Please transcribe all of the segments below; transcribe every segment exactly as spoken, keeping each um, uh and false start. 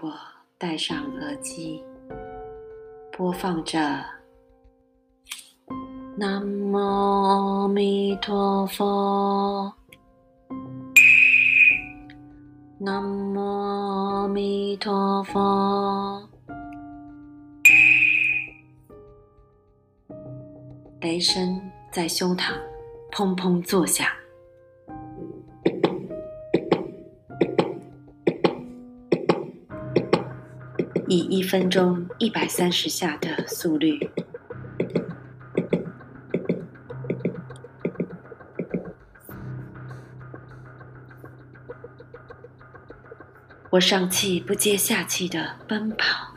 我戴上耳机，播放着南无阿弥陀佛，南无阿弥陀佛。雷声在胸膛砰砰作响，以一分钟一百三十下的速率，我上气不接下气的奔跑，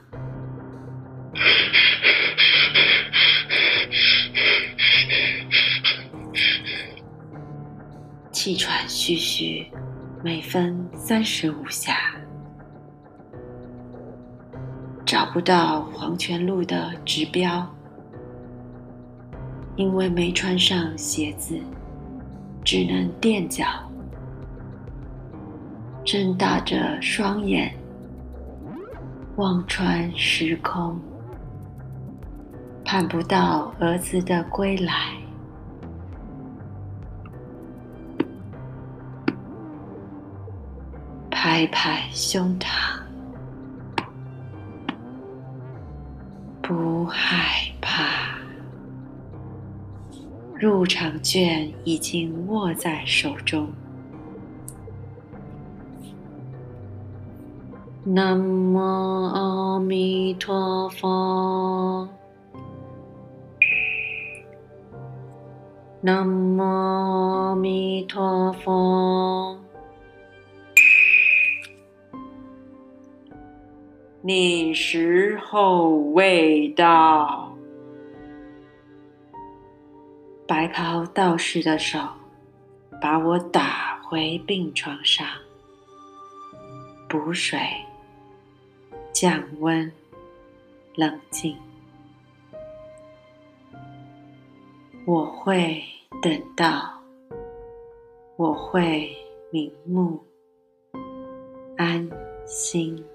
气喘吁吁，每分三十五下。找不到黄泉路的指标，因为没穿上鞋子，只能垫脚。睁大着双眼，望穿时空，盼不到儿子的归来。拍拍胸膛，不害怕。入场券已经握在手中。南无阿弥陀佛，南无阿弥陀佛。你时候未到。白袍道士的手把我打回病床上，补水、降温、冷静。我会等到，我会瞑目，安心。